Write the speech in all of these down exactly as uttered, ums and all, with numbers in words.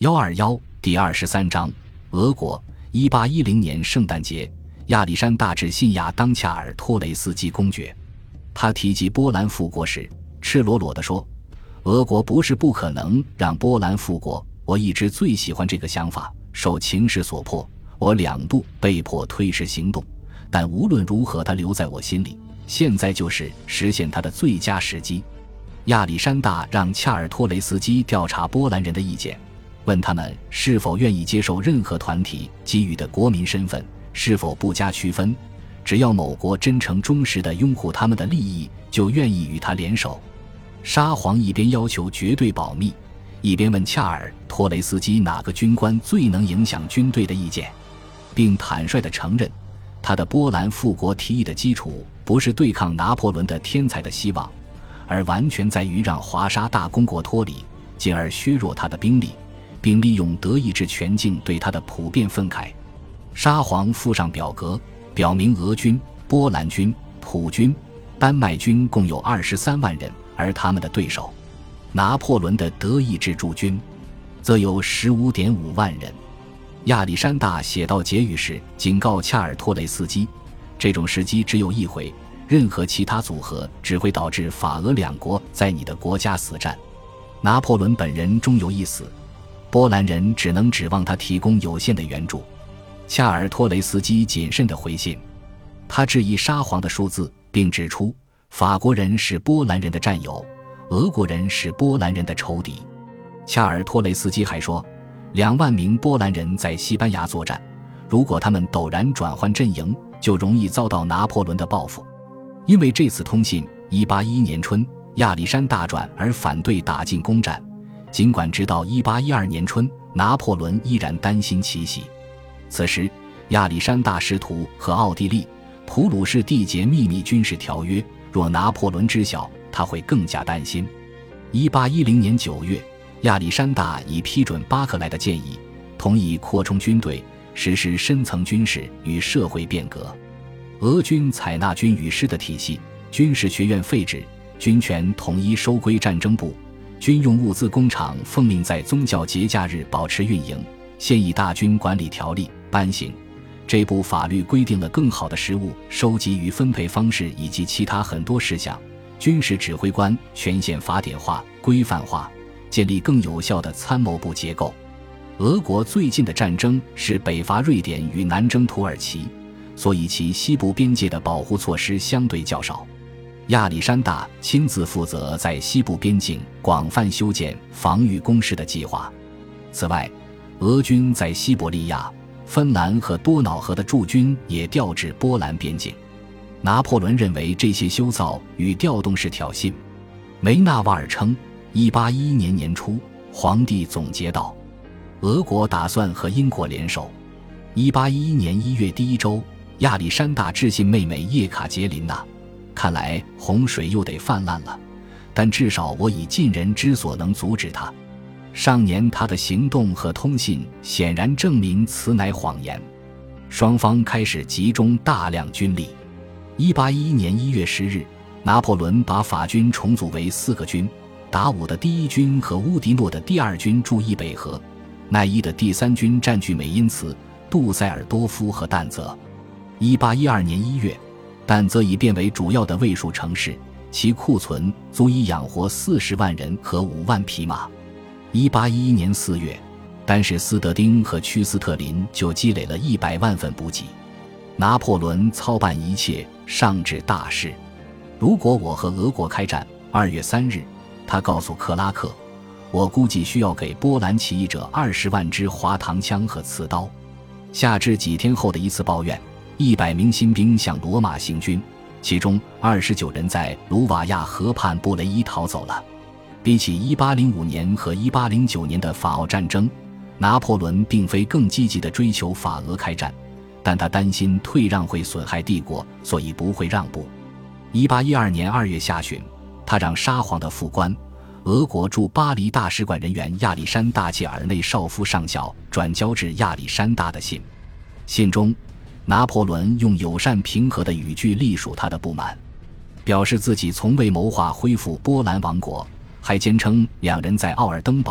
一二一第二十三章俄国一八一零年圣诞节，亚历山大致信亚当恰尔托雷斯基公爵。他提及波兰复国时，赤裸裸地说，俄国不是不可能让波兰复国，我一直最喜欢这个想法，受情势所迫，我两度被迫推迟行动，但无论如何它留在我心里，现在就是实现它的最佳时机。亚历山大让恰尔托雷斯基调查波兰人的意见，问他们是否愿意接受任何团体给予的国民身份，是否不加区分，只要某国真诚忠实地拥护他们的利益，就愿意与他联手。沙皇一边要求绝对保密，一边问恰尔托雷斯基哪个军官最能影响军队的意见，并坦率地承认他的波兰复国提议的基础不是对抗拿破仑的天才的希望，而完全在于让华沙大公国脱离，进而削弱他的兵力，并利用德意志全境对他的普遍愤慨。沙皇附上表格，表明俄军、波兰军、普军、丹麦军共有二十三万人，而他们的对手拿破仑的德意志驻军则有 十五点五万人。亚历山大写到结语时警告恰尔托雷斯基，这种时机只有一回，任何其他组合只会导致法俄两国在你的国家死战。拿破仑本人终有一死，波兰人只能指望他提供有限的援助。恰尔托雷斯基谨慎地回信，他质疑沙皇的数字，并指出法国人是波兰人的战友，俄国人是波兰人的仇敌。恰尔托雷斯基还说，两万名波兰人在西班牙作战，如果他们陡然转换阵营，就容易遭到拿破仑的报复。因为这次通信，一八一一年春亚历山大转而反对打进攻战，尽管直到一八一二年春拿破仑依然担心奇袭。此时亚历山大试图和奥地利、普鲁士缔结秘密军事条约，若拿破仑知晓，他会更加担心。一八一零年九月，亚历山大已批准巴克莱的建议，同意扩充军队，实施深层军事与社会变革。俄军采纳军与师的体系，军事学院废止，军权统一收归战争部，军用物资工厂奉命在宗教节假日保持运营，现以大军管理条例颁行。这部法律规定了更好的食物收集与分配方式以及其他很多事项，军事指挥官权限法典化、规范化，建立更有效的参谋部结构。俄国最近的战争是北伐瑞典与南征土耳其，所以其西部边界的保护措施相对较少。亚历山大亲自负责在西部边境广泛修建防御工事的计划。此外，俄军在西伯利亚、芬兰和多瑙河的驻军也调至波兰边境。拿破仑认为这些修造与调动是挑衅。梅纳瓦尔称，一八一一年年初，皇帝总结道，俄国打算和英国联手。一八一一年一月第一周，亚历山大致信妹妹叶卡捷琳娜，看来洪水又得泛滥了，但至少我已尽人之所能阻止它。上年他的行动和通信显然证明此乃谎言。双方开始集中大量军力。一八一一年一月十日，拿破仑把法军重组为四个军，达武的第一军和乌迪诺的第二军驻易北河，奈伊的第三军占据美因茨、杜塞尔多夫和但泽。一八一二年一月，但泽已变为主要的卫戍城市，其库存足以养活四十万人和五万匹马。一八一一年四月，单是斯德丁和屈斯特林就积累了一百万份补给。拿破仑操办一切，上至大事。如果我和俄国开战，二月三日，他告诉克拉克，我估计需要给波兰起义者二十万支滑膛枪和刺刀。下至几天后的一次抱怨，一百名新兵向罗马行军，其中二十九人在卢瓦亚河畔布雷伊逃走了。比起一八零五年和一八零九年的法奥战争，拿破仑并非更积极地追求法俄开战，但他担心退让会损害帝国，所以不会让步。一八一二年二月下旬，他让沙皇的副官、俄国驻巴黎大使馆人员亚历山大切尔内绍夫上校转交至亚历山大的信。信中，拿破仑用友善平和的语句隶属他的不满，表示自己从未谋划恢复波兰王国，还坚称两人在奥尔登堡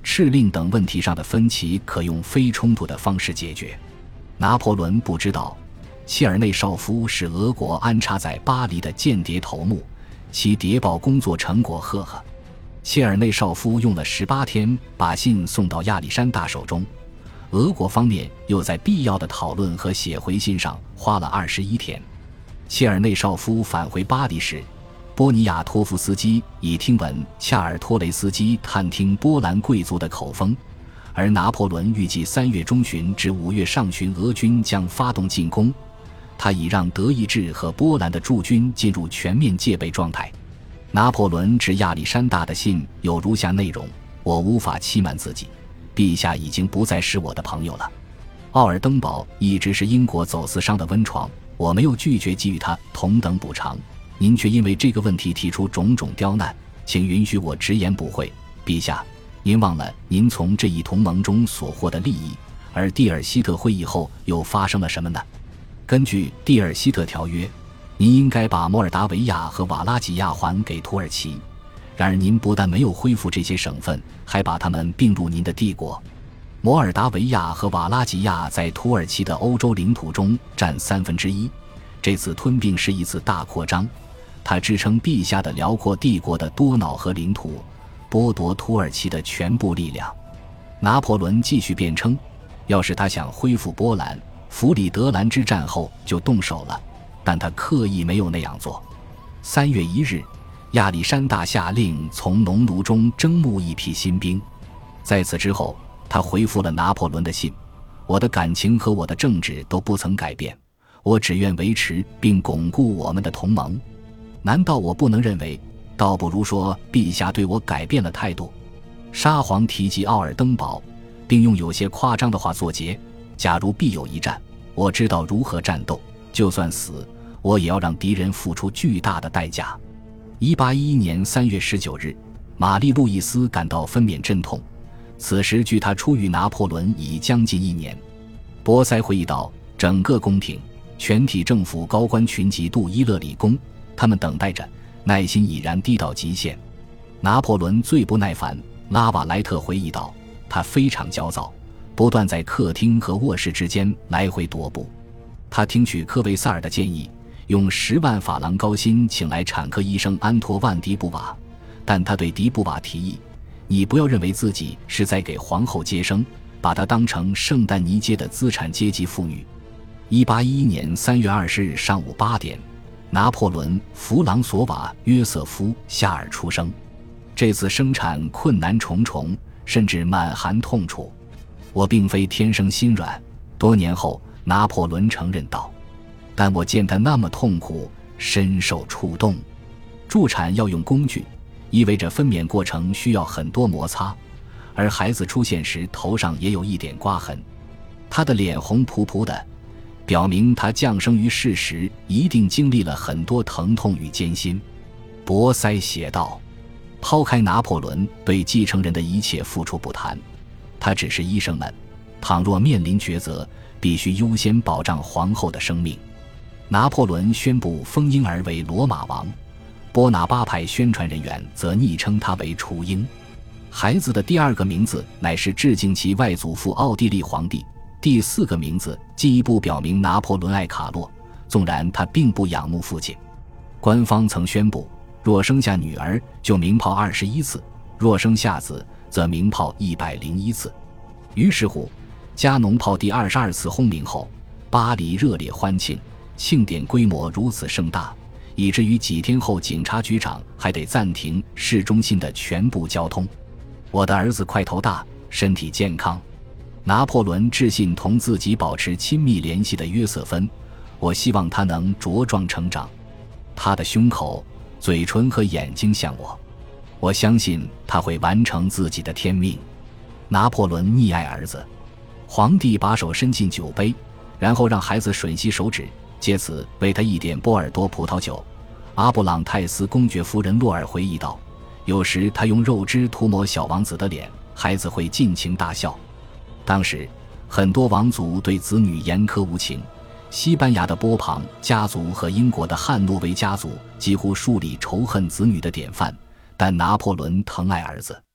敕令等问题上的分歧可用非冲突的方式解决。拿破仑不知道，切尔内绍夫是俄国安插在巴黎的间谍头目，其谍报工作成果赫赫。切尔内绍夫用了十八天把信送到亚历山大手中，俄国方面又在必要的讨论和写回信上花了二十一天。切尔内绍夫返回巴黎时，波尼亚托夫斯基已听闻恰尔托雷斯基探听波兰贵族的口风，而拿破仑预计三月中旬至五月上旬俄军将发动进攻，他已让德意志和波兰的驻军进入全面戒备状态。拿破仑致亚历山大的信有如下内容：我无法欺瞒自己，陛下已经不再是我的朋友了。奥尔登堡一直是英国走私商的温床，我没有拒绝给予他同等补偿，您却因为这个问题提出种种刁难，请允许我直言不讳。陛下，您忘了您从这一同盟中所获的利益，而蒂尔希特会议后又发生了什么呢？根据蒂尔希特条约，您应该把摩尔达维亚和瓦拉几亚还给土耳其，然而您不但没有恢复这些省份，还把它们并入您的帝国。摩尔达维亚和瓦拉几亚在土耳其的欧洲领土中占三分之一，这次吞并是一次大扩张，它支撑陛下的辽阔帝国的多瑙河领土，剥夺土耳其的全部力量。拿破仑继续辩称，要是他想恢复波兰，弗里德兰之战后就动手了，但他刻意没有那样做。三月一日，亚历山大下令从农奴中征募一批新兵。在此之后，他回复了拿破仑的信：我的感情和我的政治都不曾改变，我只愿维持并巩固我们的同盟。难道我不能认为，倒不如说陛下对我改变了态度？沙皇提及奥尔登堡，并用有些夸张的话作结：假如必有一战，我知道如何战斗，就算死，我也要让敌人付出巨大的代价。一八一一年三月十九日，玛丽路易斯感到分娩阵痛，此时距他出狱拿破仑已将近一年。博塞会议道，整个宫廷、全体政府高官群集杜伊勒里宫，他们等待着，耐心已然低到极限。拿破仑最不耐烦，拉瓦莱特回忆道，他非常焦躁，不断在客厅和卧室之间来回踱步。他听取科维萨尔的建议，用十万法郎高薪请来产科医生安托万·迪布瓦，但他对迪布瓦提议，你不要认为自己是在给皇后接生，把她当成圣丹尼街的资产阶级妇女。一八一一年三月二十日上午八点，拿破仑·弗朗索瓦·约瑟夫·夏尔出生。这次生产困难重重，甚至满含痛楚。我并非天生心软，多年后拿破仑承认道，但我见他那么痛苦，深受触动。助产要用工具，意味着分娩过程需要很多摩擦，而孩子出现时头上也有一点刮痕。他的脸红扑扑的，表明他降生于世时一定经历了很多疼痛与艰辛。博塞写道，抛开拿破仑对继承人的一切付出不谈，他只是医生们，倘若面临抉择，必须优先保障皇后的生命。拿破仑宣布封婴儿为罗马王，波拿巴派宣传人员则昵称他为雏鹰。孩子的第二个名字乃是致敬其外祖父奥地利皇帝，第四个名字进一步表明拿破仑爱卡洛，纵然他并不仰慕父亲。官方曾宣布，若生下女儿就鸣炮二十一次，若生下子则鸣炮一百零一次。于是乎，加农炮第二十二次轰鸣后，巴黎热烈欢庆，庆典规模如此盛大，以至于几天后警察局长还得暂停市中心的全部交通。我的儿子块头大，身体健康。拿破仑致信同自己保持亲密联系的约瑟芬，我希望他能茁壮成长。他的胸口、嘴唇和眼睛像我，我相信他会完成自己的天命。拿破仑溺爱儿子。皇帝把手伸进酒杯，然后让孩子吮吸手指，借此为他一点波尔多葡萄酒。阿布朗泰斯公爵夫人洛尔回忆道，有时他用肉汁涂抹小王子的脸，孩子会尽情大笑。当时很多王族对子女严苛无情，西班牙的波旁家族和英国的汉诺维家族几乎树立仇恨子女的典范，但拿破仑疼爱儿子。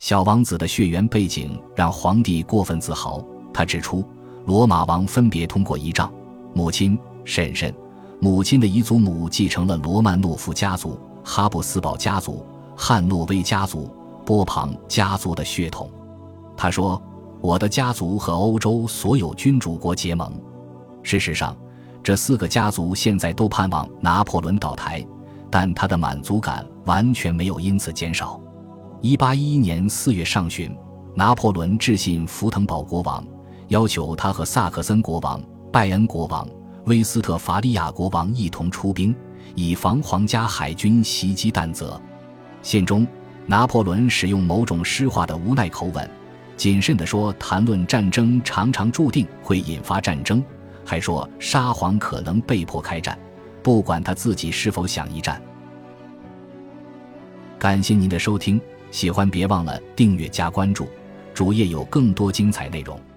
小王子的血缘背景让皇帝过分自豪，他指出，罗马王分别通过仪仗、母亲、婶婶、母亲的姨祖母继承了罗曼诺夫家族、哈布斯堡家族、汉诺威家族、波旁家族的血统。他说，我的家族和欧洲所有君主国结盟。事实上，这四个家族现在都盼望拿破仑倒台，但他的满足感完全没有因此减少。一八一一年四月上旬，拿破仑致信福腾堡国王，要求他和萨克森国王、拜恩国王、威斯特伐利亚国王一同出兵，以防皇家海军袭击但泽。信中，拿破仑使用某种诗化的无奈口吻，谨慎地说，谈论战争常常注定会引发战争，还说沙皇可能被迫开战，不管他自己是否想一战。感谢您的收听，喜欢别忘了订阅加关注，主页有更多精彩内容。